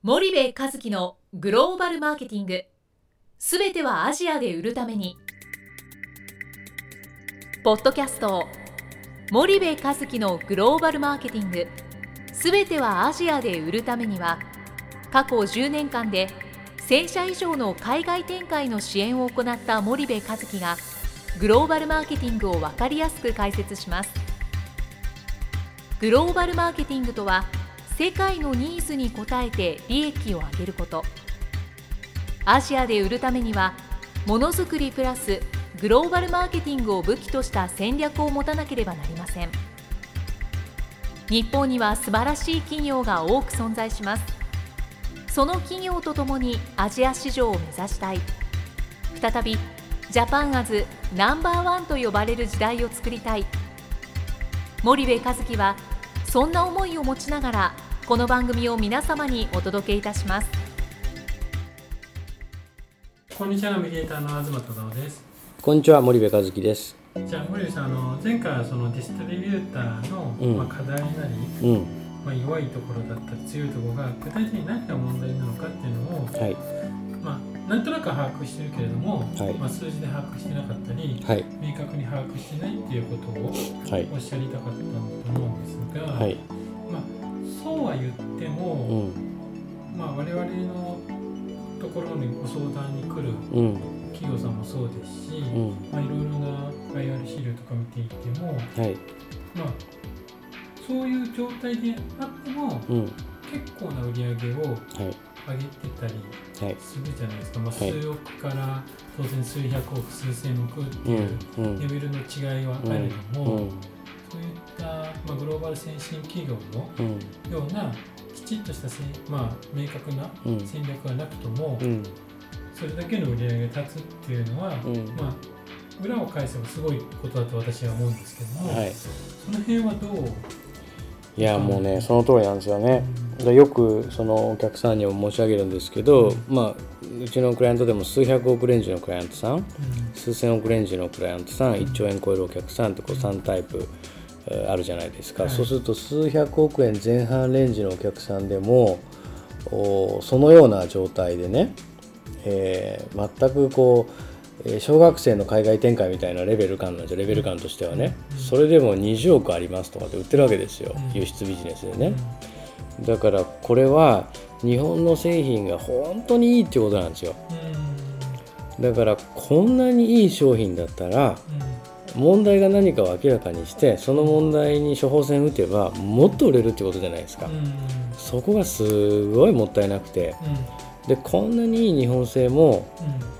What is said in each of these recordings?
森部一樹のグローバルマーケティング、すべてはアジアで売るために。ポッドキャスト森部一樹のグローバルマーケティング、すべてはアジアで売るためには、過去10年間で1000社以上の海外展開の支援を行った森部一樹がグローバルマーケティングを分かりやすく解説します。グローバルマーケティングとは、世界のニーズに応えて利益を上げること。アジアで売るためには、ものづくりプラスグローバルマーケティングを武器とした戦略を持たなければなりません。日本には素晴らしい企業が多く存在します。その企業とともにアジア市場を目指したい。再びジャパンアズナンバーワンと呼ばれる時代を作りたい。森部一樹はそんな思いを持ちながら、この番組を皆様にお届けいたします。 こんにちは、ナビゲーターの東忠夫です。 こんにちは、森部一樹です。 じゃあ森部さん、前回はそのディストリビューターの、課題なり、弱いところだったり強いところが具体的に何が問題なのかっていうのを、なんとなく把握してるけれども、数字で把握してなかったり、明確に把握してないっていうことをおっしゃりたかったと思うんですが、そうは言っても、我々のところにご相談に来る企業さんもそうですし、いろいろな IR 資料とか見ていても、そういう状態であっても、結構な売り上げを上げてたりするじゃないですか。数億から当然数百億数千億っていうレベルの違いはあれども、そういった、グローバル先進企業のようなきちっとした明確な戦略がなくとも、それだけの売り上げが立つっていうのは、裏を返せばすごいことだと私は思うんですけども、その辺はどう？ いや、もうね、その通りなんですよね。よくそのお客さんにも申し上げるんですけど、うちのクライアントでも数百億レンジのクライアントさん、数千億レンジのクライアントさん、1兆円超えるお客さんって3タイプあるじゃないですか。そうすると数百億円前半レンジのお客さんでもそのような状態でね、全く小学生の海外展開みたいなレベル感なんですよ。レベル感としてはね、それでも20億ありますとかって売ってるわけですよ、輸出ビジネスでね。だからこれは日本の製品が本当にいいってことなんですよ。だからこんなにいい商品だったら、問題が何かを明らかにして、その問題に処方箋打てばもっと売れるってことじゃないですか。そこがすごいもったいなくて、でこんなにいい日本製も、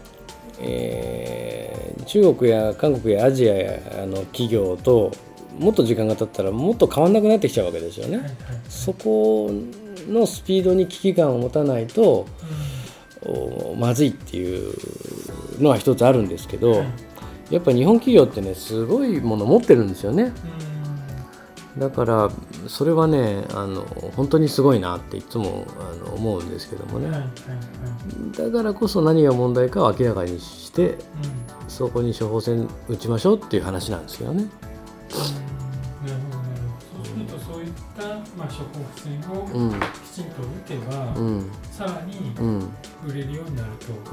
中国や韓国やアジアの企業ともっと時間が経ったらもっと変わんなくなってきちゃうわけですよね。そこのスピードに危機感を持たないと、まずいっていうのは一つあるんですけど、やっぱり日本企業ってね、すごいもの持ってるんですよね。だからそれはね、本当にすごいなっていつも思うんですけどもね。だからこそ何が問題かを明らかにして、そこに処方箋打ちましょうっていう話なんですけどね。 そうするとそういった、処方箋をきちんと打てば、さらに売れるようになる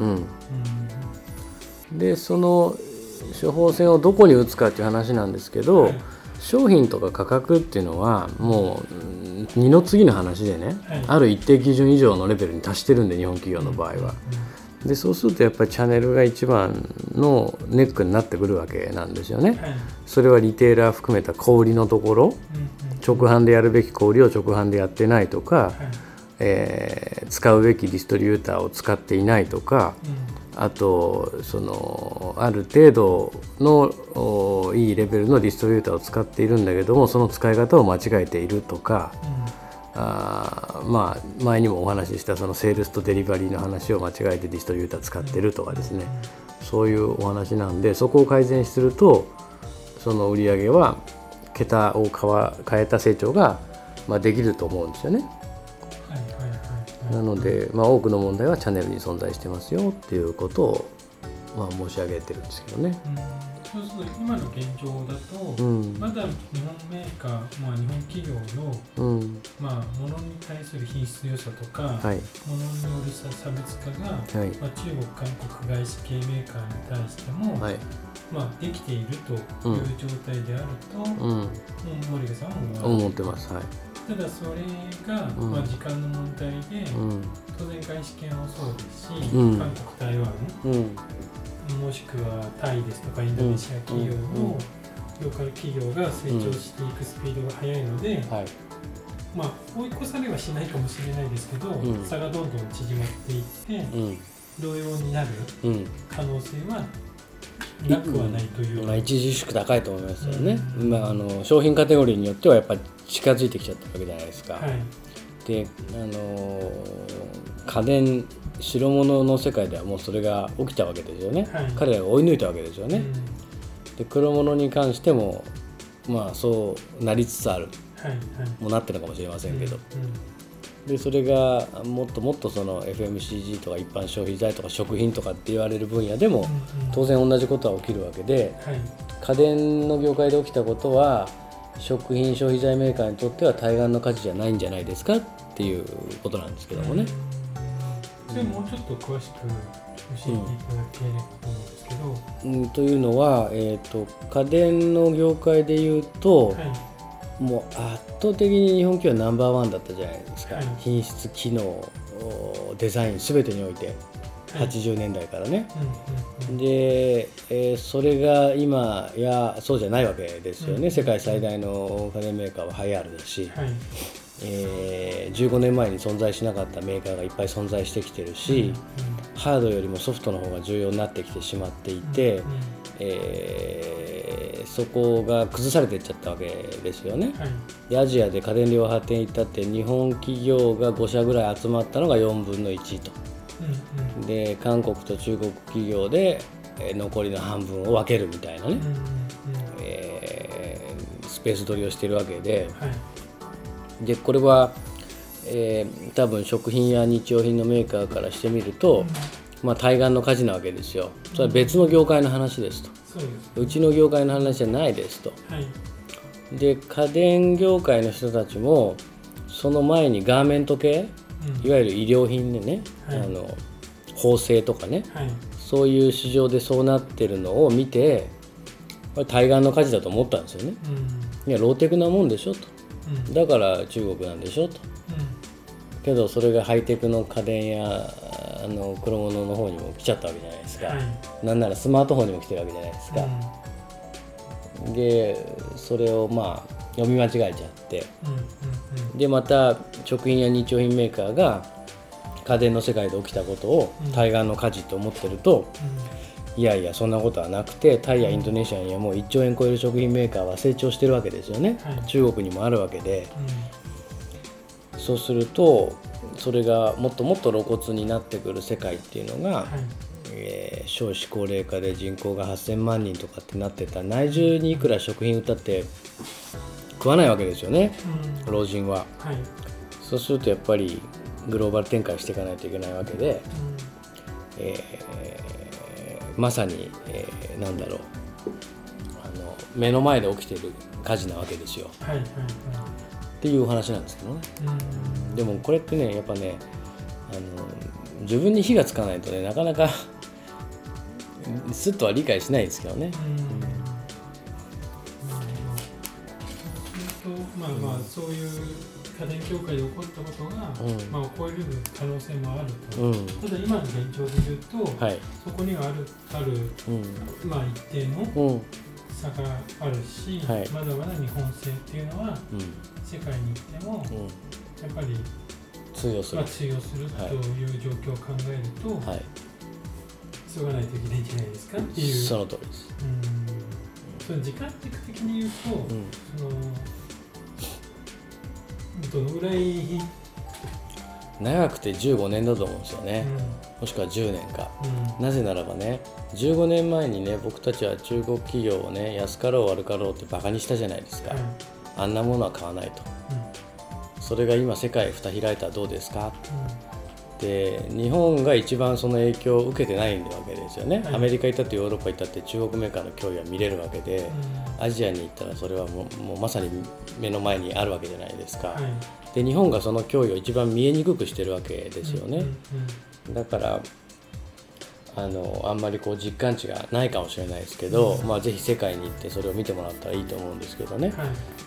と。 でその処方箋をどこに打つかっていう話なんですけど、商品とか価格っていうのはもう二の次の話でね、ある一定基準以上のレベルに達してるんで、日本企業の場合は。でそうするとやっぱりチャンネルが一番のネックになってくるわけなんですよね。それはリテーラー含めた小売りのところ、直販でやるべき小売りを直販でやってないとか、使うべきディストリビューターを使っていないとか、あとある程度のいいレベルのディストリビューターを使っているんだけども、その使い方を間違えているとか、前にもお話ししたそのセールスとデリバリーの話を間違えてディストリビューター使ってるとかですね、そういうお話なんで、そこを改善するとその売り上げは桁を変えた成長ができると思うんですよね。なので、多くの問題はチャンネルに存在してますよっていうことを、申し上げてるんですけどね。 そうすると今の現状だと、まだ日本メーカー、日本企業の、物に対する品質良さとか、物による差別化が、中国、韓国外資系メーカーに対しても、できているという状態であると、森部さんは思ってます。 ただそれが、時間の問題で、当然外資系もそうですし、韓国、台湾、もしくはタイですとかインドネシア企業のローカル企業が成長していくスピードが速いので、追い越されはしないかもしれないですけど、差がどんどん縮まっていって、同様になる可能性はなくはないという、 著しく高いと思いますよね。商品カテゴリーによってはやっぱり近づいてきちゃったわけじゃないですか。で、家電白物の世界ではもうそれが起きたわけですよね。彼らが追い抜いたわけですよね。で、黒物に関してもそうなりつつある、もうなってるのかもしれませんけど、でそれがもっともっとその FMCG とか一般消費財とか食品とかって言われる分野でも当然同じことは起きるわけで、家電の業界で起きたことは食品消費財メーカーにとっては対岸の火事じゃないんじゃないですかっていうことなんですけどもね。 それもうちょっと詳しく教えていただければと思うんですけど、 というのは、家電の業界でいうと、もう圧倒的に日本企業はナンバーワンだったじゃないですか。品質、機能、デザイン全てにおいて80年代からね。で、それが今やそうじゃないわけですよね。世界最大の家電メーカーはハイアールだし、15年前に存在しなかったメーカーがいっぱい存在してきてるし、ハードよりもソフトの方が重要になってきてしまっていて、そこが崩されていっちゃったわけですよね。でアジアで家電量販店行ったって日本企業が5社ぐらい集まったのが4分の1と、で韓国と中国企業で残りの半分を分けるみたいなね、スペース取りをしているわけで、でこれは、多分食品や日用品のメーカーからしてみると、対岸の火事なわけですよ。それは別の業界の話ですと。うちの業界の話じゃないですと。で家電業界の人たちもその前にガーメント系、いわゆる衣料品でね、縫製とかね、そういう市場でそうなってるのを見て、これ対岸の火事だと思ったんですよね。いやローテクなもんでしょと、だから中国なんでしょと、けどそれがハイテクの家電や黒物の方にも来ちゃったわけじゃないですか。なんならスマートフォンにも来てるわけじゃないですか。でそれを読み間違えちゃって、でまた食品や日用品メーカーが家電の世界で起きたことを対岸の火事と思ってると、いやいやそんなことはなくて、タイやインドネシアにはもう1兆円超える食品メーカーは成長してるわけですよね。中国にもあるわけで、そうするとそれがもっともっと露骨になってくる世界っていうのが、少子高齢化で人口が8000万人とかってなってたら、内需にいくら食品売ったって食わないわけですよね、老人は。そうするとやっぱりグローバル展開していかないといけないわけで、まさに、目の前で起きている火事なわけですよ、っていうお話なんですけどね。でもこれってね、やっぱね、自分に火がつかないとね、なかなかスッとは理解しないですけどね。 そういう家電業界で起こったことが、起こり得る可能性もあると、ただ今の現状でいうと、そこにはある、一定の差があるし、まだまだ日本製っていうのは、世界に行っても、やっぱり通用するという状況を考えると、急がないといけないんじゃないですかっていう。 その通りです。 その時間的に言うと、どのぐらい長くて15年だと思うんですよね、もしくは10年か、なぜならばね、15年前にね、僕たちは中国企業をね、安かろう悪かろうってバカにしたじゃないですか、あんなものは買わないと、それが今世界蓋開いたらどうですか、 で日本が一番その影響を受けてないわけですよね、 はい、 アメリカ行ったってヨーロッパ行ったって中国メーカーの脅威は見れるわけで、アジアに行ったらそれはもうまさに目の前にあるわけじゃないですか、はい、で日本がその脅威を一番見えにくくしてるわけですよね、だからあんまりこう実感値がないかもしれないですけど、ぜひ世界に行ってそれを見てもらったらいいと思うんですけどね、はい、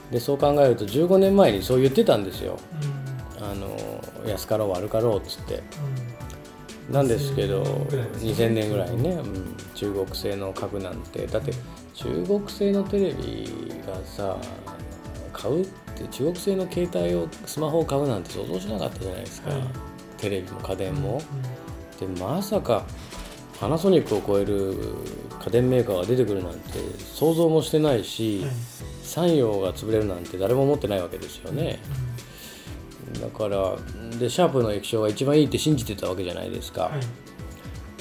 でそう考えると15年前にそう言ってたんですよ、安かろう悪かろうっつって、なんですけど2000年ぐらいね、中国製の核なんて、だって中国製のテレビがさ買うって中国製の携帯をスマホを買うなんて想像しなかったじゃないですか、はい、テレビも家電も、でまさかパナソニックを超える家電メーカーが出てくるなんて想像もしてないし、三陽が潰れるなんて誰も思ってないわけですよね、だからでシャープの液晶が一番いいって信じてたわけじゃないですか、はい、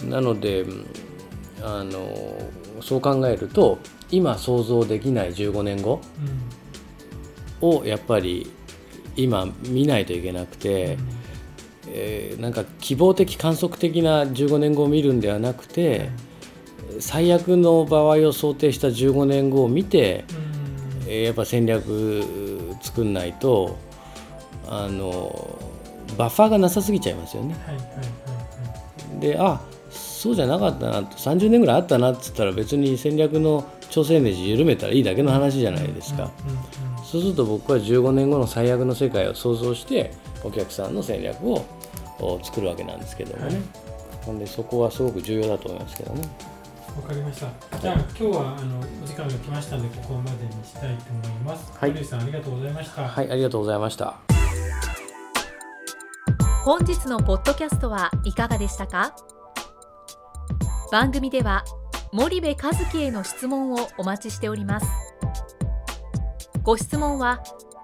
なのでそう考えると今想像できない15年後をやっぱり今見ないといけなくて、なんか希望的観測的な15年後を見るんではなくて、最悪の場合を想定した15年後を見て、やっぱ戦略作んないとバッファーがなさすぎちゃいますよね、でそうじゃなかったなと30年ぐらいあったなって言ったら別に戦略の調整ネジ緩めたらいいだけの話じゃないですか、そうすると僕は15年後の最悪の世界を想像してお客さんの戦略を作るわけなんですけどもね、なのでそこはすごく重要だと思いますけどね。 わかりました。じゃあ今日はお時間が来ましたのでここまでにしたいと思います。はい、森内さんありがとうございました。 はい、ありがとうございました。 本日のポッドキャストはいかがでしたか？番組では森部一樹への質問をお待ちしております。ご質問は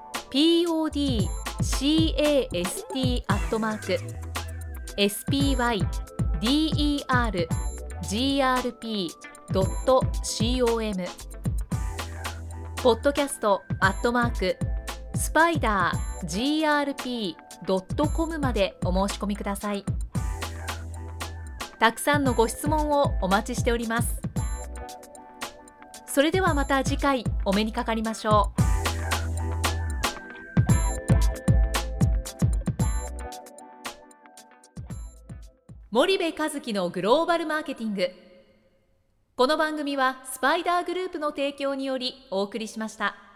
podcast@spydergrp.com podcast@spidergrp.com までお申し込みください。たくさんのご質問をお待ちしております。それではまた次回お目にかかりましょう。森部一樹のグローバルマーケティング。この番組はスパイダーグループの提供によりお送りしました。